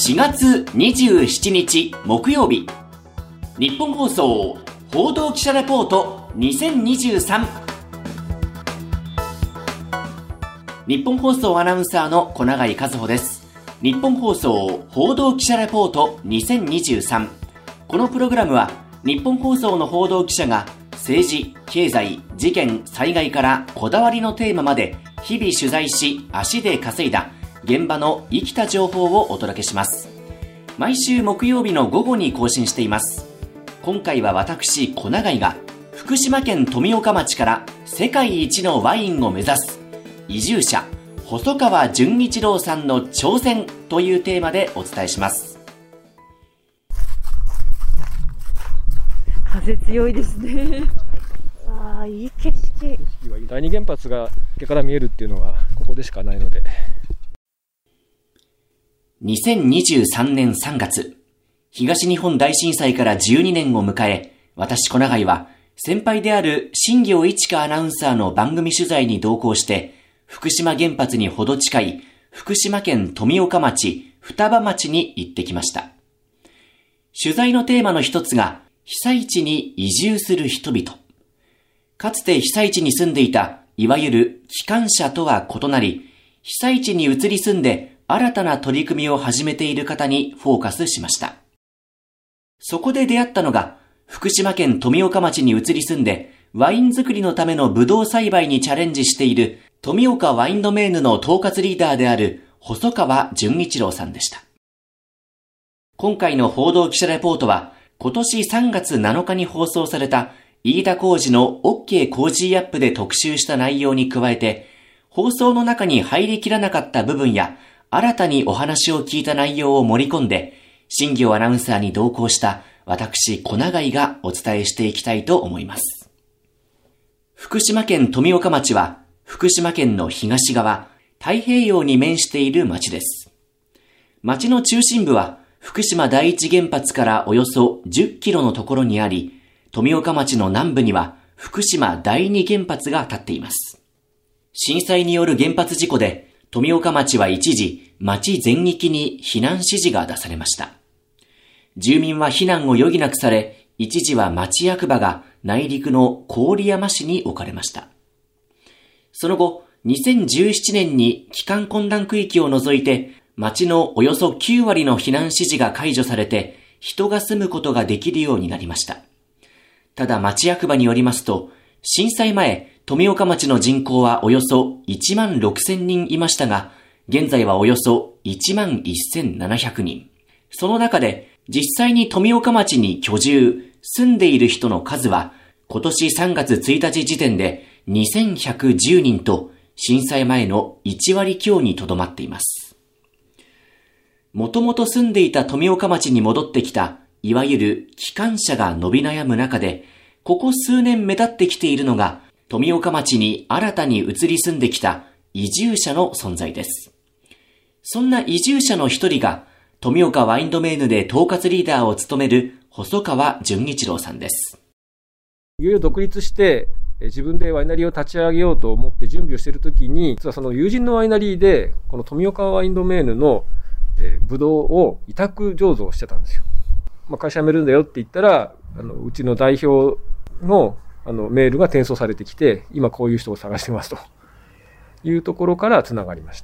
4月27日木曜日、日本放送報道記者レポート2023。日本放送アナウンサーの小永井和穂です。日本放送報道記者レポート2023。このプログラムは日本放送の報道記者が政治、経済、事件、災害からこだわりのテーマまで日々取材し、足で稼いだ現場の生きた情報をお届けします。毎週木曜日の午後に更新しています。今回は私小永井が福島県富岡町から世界一のワインを目指す移住者細川純一郎さんの挑戦というテーマでお伝えします。 風強いですね。ああ、いい景色。 第二原発が池から見えるっていうのがここでしかないので。 2023年3月、東日本大震災から12年を迎え、私小永井は先輩である新行一華アナウンサーの番組取材に同行して、福島原発にほど近い福島県富岡町、双葉町に行ってきました。取材のテーマの一つが、被災地に移住する人々。かつて被災地に住んでいた、いわゆる帰還者とは異なり、被災地に移り住んで新たな取り組みを始めている方にフォーカスしました。そこで出会ったのが、福島県富岡町に移り住んで、ワイン作りのためのブドウ栽培にチャレンジしている、富岡ワインドメーヌの統括リーダーである細川純一郎さんでした。今回の報道記者レポートは、今年3月7日に放送された飯田浩司の OK コージーアップで特集した内容に加えて、放送の中に入りきらなかった部分や、新たにお話を聞いた内容を盛り込んで、新行アナウンサーに同行した私小永井がお伝えしていきたいと思います。福島県富岡町は、福島県の東側、太平洋に面している町です。町の中心部は、福島第一原発からおよそ10キロのところにあり、富岡町の南部には福島第二原発が建っています。震災による原発事故で、富岡町は一時、町全域に避難指示が出されました。住民は避難を余儀なくされ、一時は町役場が内陸の郡山市に置かれました。その後、2017年に帰還困難区域を除いて、町のおよそ9割の避難指示が解除されて、人が住むことができるようになりました。ただ町役場によりますと、震災前、富岡町の人口はおよそ1万6000人いましたが、現在はおよそ1万1700人。その中で、実際に富岡町に居住、住んでいる人の数は、今年3月1日時点で2110人と、震災前の1割強にとどまっています。もともと住んでいた富岡町に戻ってきた、いわゆる帰還者が伸び悩む中で、ここ数年目立ってきているのが、富岡町に新たに移り住んできた移住者の存在です。そんな移住者の一人が、富岡ワインドメーヌで統括リーダーを務める細川純一郎さんです。 いよいよ独立して、自分でワイナリーを立ち上げようと思って準備をしているときに、実はその友人のワイナリーで、この富岡ワインドメーヌのブドウを委託醸造してたんですよ。会社辞めるんだよって言ったら、うちの代表のメールが転送されてきて、今こういう人を探してますというところからつながりました。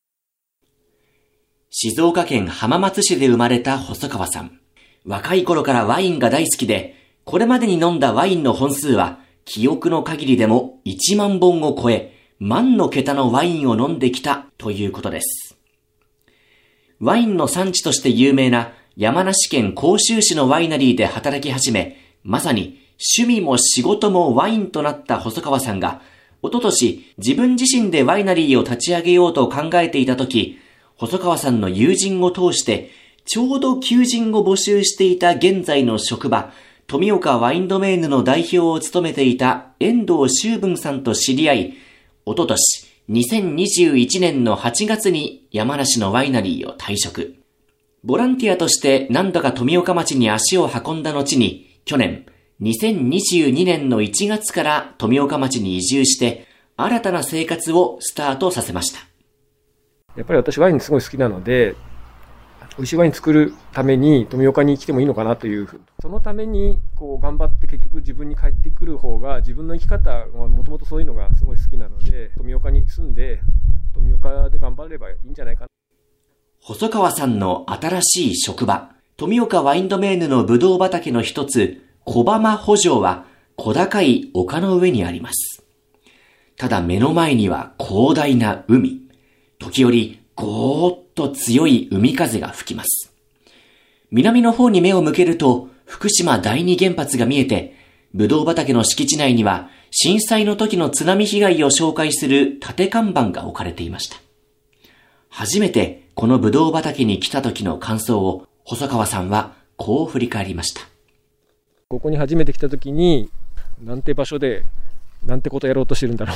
静岡県浜松市で生まれた細川さん。若い頃からワインが大好きで、これまでに飲んだワインの本数は記憶の限りでも1万本を超え、万の桁のワインを飲んできたということです。ワインの産地として有名な山梨県甲州市のワイナリーで働き始め、まさに趣味も仕事もワインとなった細川さんが、一昨年自分自身でワイナリーを立ち上げようと考えていたとき、細川さんの友人を通して、ちょうど求人を募集していた現在の職場、富岡ワインドメーヌの代表を務めていた遠藤修文さんと知り合い、一昨年2021年の8月に山梨のワイナリーを退職。ボランティアとして何度か富岡町に足を運んだ後に、去年2022年の1月から富岡町に移住して、新たな生活をスタートさせました。 やっぱり私ワインすごい好きなので、 美味しいワイン作るために富岡に来てもいいのかなというふうに。そのためにこう頑張って結局自分に帰ってくる方が自分の生き方はもともとそういうのがすごい好きなので、富岡に住んで富岡で頑張ればいいんじゃないかな。 細川さんの新しい職場、富岡ワインドメーヌのブドウ畑の一つ、小浜穂城は小高い丘の上にあります。ただ目の前には広大な海。時折ゴーッと強い海風が吹きます。南の方に目を向けると福島第二原発が見えて、ブドウ畑の敷地内には震災の時の津波被害を紹介する縦看板が置かれていました。初めてこのブドウ畑に来た時の感想を細川さんはこう振り返りました。 ここに初めて来た時に、なんて場所でなんてことやろうとしてるんだろう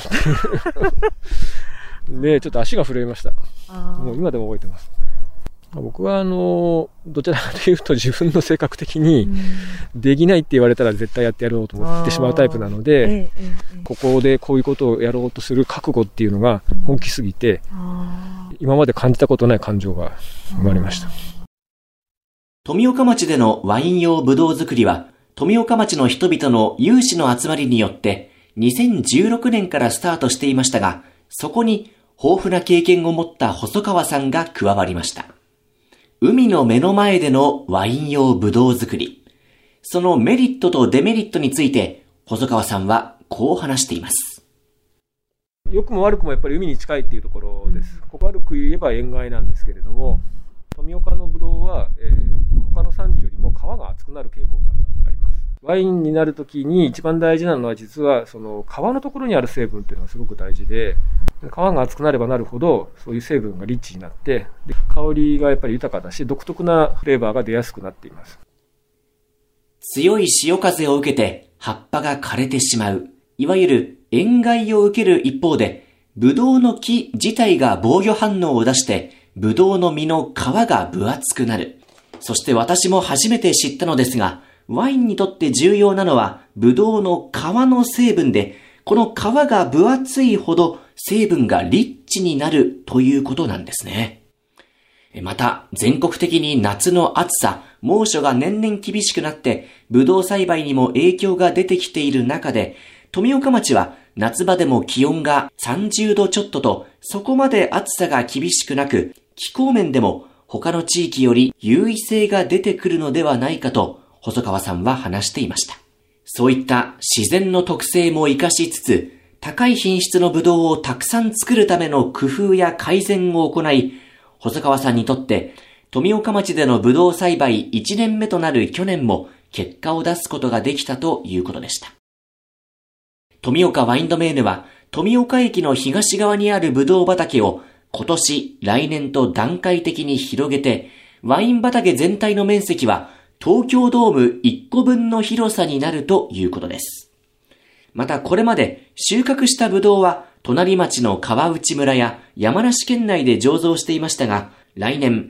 ってで、ちょっと足が震えました。もう今でも覚えてます。僕はどちらかというと自分の性格的にできないって言われたら絶対やってやろうと思ってしまうタイプなので、ここでこういうことをやろうとする覚悟っていうのが本気すぎて、今まで感じたことない感情が生まれました。 富岡町でのワイン用ブドウ作りは、富岡町の人々の有志の集まりによって2016年からスタートしていましたが、そこに豊富な経験を持った細川さんが加わりました。海の目の前でのワイン用ブドウ作り。そのメリットとデメリットについて、細川さんはこう話しています。 良くも悪くもやっぱり海に近いっていうところです。ここ悪く言えば塩害なんですけれども、富岡のブドウは、他の産地よりも皮が厚くなる傾向があります。ワインになるときに一番大事なのは実はその皮のところにある成分っていうのがすごく大事で、皮が厚くなればなるほどそういう成分がリッチになって、で香りがやっぱり豊かだし独特なフレーバーが出やすくなっています。 強い潮風を受けて葉っぱが枯れてしまう、いわゆる塩害を受ける一方で、ブドウの木自体が防御反応を出してブドウの実の皮が分厚くなる。そして私も初めて知ったのですが、ワインにとって重要なのはブドウの皮の成分で、この皮が分厚いほど成分がリッチになるということなんですね。また全国的に夏の暑さ、猛暑が年々厳しくなってブドウ栽培にも影響が出てきている中で、富岡町は夏場でも気温が30度ちょっとと、そこまで暑さが厳しくなく、気候面でも他の地域より優位性が出てくるのではないかと細川さんは話していました。そういった自然の特性も活かしつつ、高い品質のブドウをたくさん作るための工夫や改善を行い、細川さんにとって富岡町でのブドウ栽培1年目となる去年も結果を出すことができたということでした。富岡ワインドメーヌは富岡駅の東側にあるブドウ畑を今年、来年と段階的に広げて、ワイン畑全体の面積は東京ドーム1個分の広さになるということです。またこれまで収穫したブドウは隣町の川内村や山梨県内で醸造していましたが、来年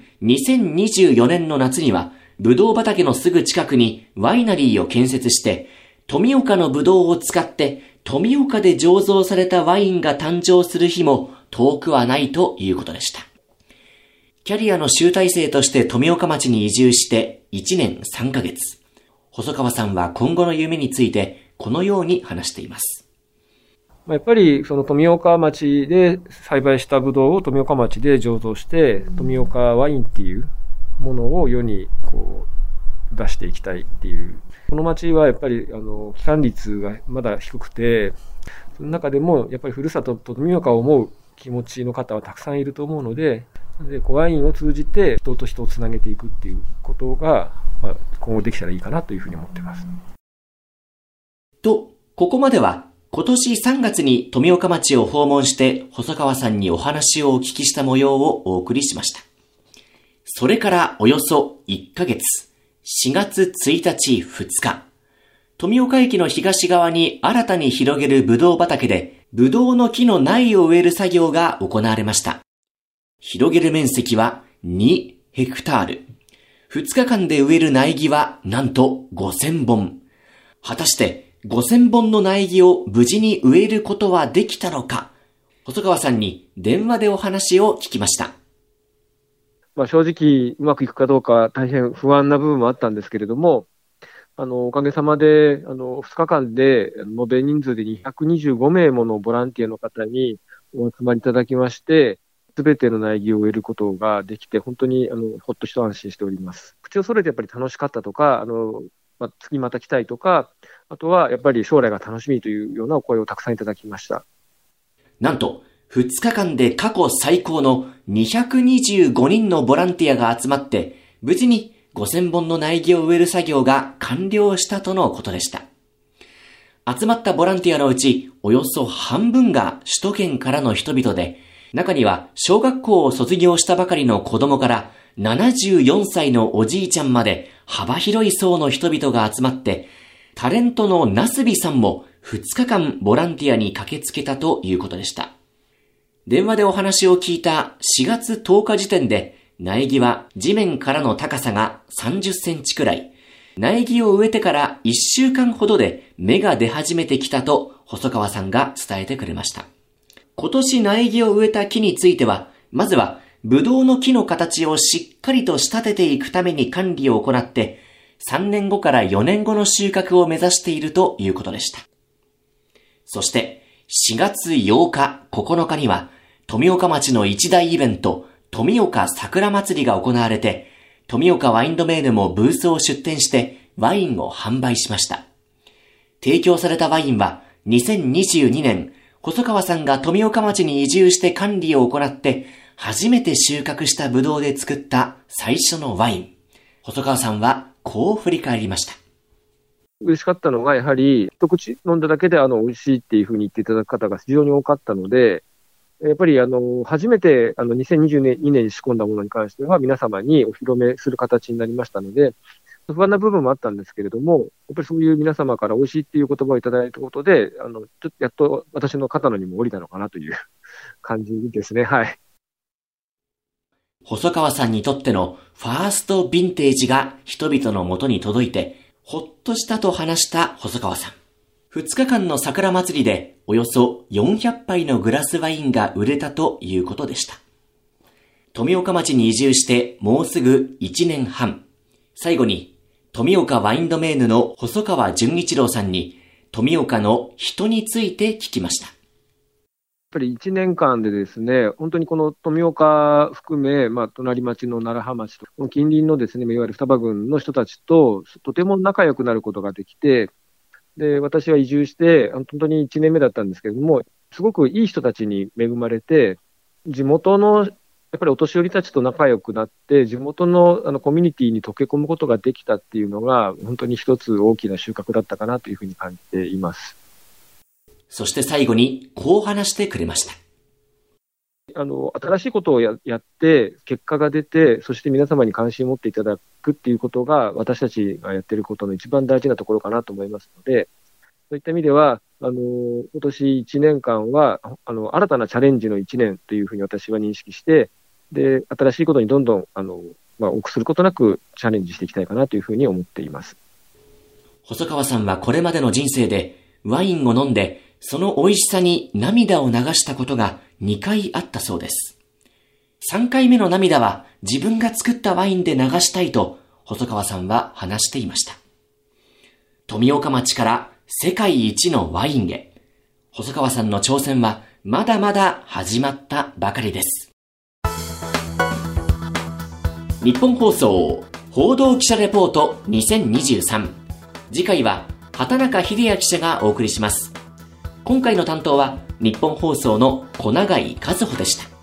2024年の夏にはブドウ畑のすぐ近くにワイナリーを建設して、富岡のブドウを使って富岡で醸造されたワインが誕生する日も遠くはないということでした。キャリアの集大成として富岡町に移住して1年3ヶ月。細川さんは今後の夢についてこのように話しています。 やっぱりその富岡町で栽培したブドウを富岡町で醸造して、富岡ワインっていうものを世にこう出していきたいっていう。この町はやっぱり帰還率がまだ低くて、その中でもやっぱりふるさとと富岡を思う気持ちの方はたくさんいると思うので、ワインを通じて人と人をつなげていくっていうことが、今後できたらいいかなというふうに思っています。 と、ここまでは今年3月に富岡町を訪問して細川さんにお話をお聞きした模様をお送りしました。それからおよそ1ヶ月、4月1日2日、富岡駅の東側に新たに広げるブドウ畑で、ブドウの木の苗を植える作業が行われました。広げる面積は2ヘクタール。2日間で植える苗木はなんと5000本。果たして5000本の苗木を無事に植えることはできたのか。細川さんに電話でお話を聞きました。 正直うまくいくかどうか大変不安な部分もあったんですけれども、おかげさまで、2日間で、延べ人数で225名ものボランティアの方にお集まりいただきまして、すべての苗木を植えることができて、本当に、ほっと一安心しております。口を揃えてやっぱり楽しかったとか、次また来たいとか、あとはやっぱり将来が楽しみというようなお声をたくさんいただきました。 なんと、2日間で過去最高の225人のボランティアが集まって、無事に5000本の苗木を植える作業が完了したとのことでした。集まったボランティアのうち、およそ半分が首都圏からの人々で、中には小学校を卒業したばかりの子供から74歳のおじいちゃんまで幅広い層の人々が集まって、タレントのナスビさんも2日間ボランティアに駆けつけたということでした。電話でお話を聞いた4月10日時点で、苗木は地面からの高さが30センチくらい、苗木を植えてから1週間ほどで芽が出始めてきたと細川さんが伝えてくれました。今年苗木を植えた木については、まずはブドウの木の形をしっかりと仕立てていくために管理を行って、3年後から4年後の収穫を目指しているということでした。そして4月8日、9日には富岡町の一大イベント、富岡桜祭りが行われて、富岡ワインドメーヌもブースを出展してワインを販売しました。提供されたワインは2022年、細川さんが富岡町に移住して管理を行って初めて収穫したブドウで作った最初のワイン。細川さんはこう振り返りました。 嬉しかったのが、やはり一口飲んだだけで美味しいっていうふうに言っていただく方が非常に多かったので、やっぱり初めて2022年に仕込んだものに関しては皆様にお披露目する形になりましたので、不安な部分もあったんですけれども、やっぱりそういう皆様から美味しいっていう言葉をいただいたことで、ちょっとやっと私の肩の荷も降りたのかなという感じですね。はい。 細川さんにとってのファーストヴィンテージが人々のもとに届いて、ほっとしたと話した細川さん。2日間の桜祭りでおよそ400杯のグラスワインが売れたということでした。富岡町に移住してもうすぐ1年半。最後に富岡ワインドメーヌの細川純一郎さんに富岡の人について聞きました。 やっぱり1年間でですね、本当にこの富岡含め、隣町の楢葉町と、近隣のですね、いわゆる双葉郡の人たちととても仲良くなることができて、で、私は移住して、本当に1年目だったんですけれども、すごくいい人たちに恵まれて、地元のやっぱりお年寄りたちと仲良くなって、地元のコミュニティに溶け込むことができたっていうのが、本当に一つ大きな収穫だったかなというふうに感じています。 そして最後にこう話してくれました。 新しいことをやって、結果が出て、そして皆様に関心を持っていただくっていうことが、私たちがやっていることの一番大事なところかなと思いますので、そういった意味では、今年1年間は、新たなチャレンジの1年というふうに私は認識して、で、新しいことにどんどん、臆することなくチャレンジしていきたいかなというふうに思っています。 細川さんはこれまでの人生で、ワインを飲んで、その美味しさに涙を流したことが2回あったそうです。3回目の涙は自分が作ったワインで流したいと細川さんは話していました。富岡町から世界一のワインへ、細川さんの挑戦はまだまだ始まったばかりです。日本放送報道記者レポート2023。次回は畑中秀也記者がお送りします。今回の担当は日本放送の小永井和穂でした。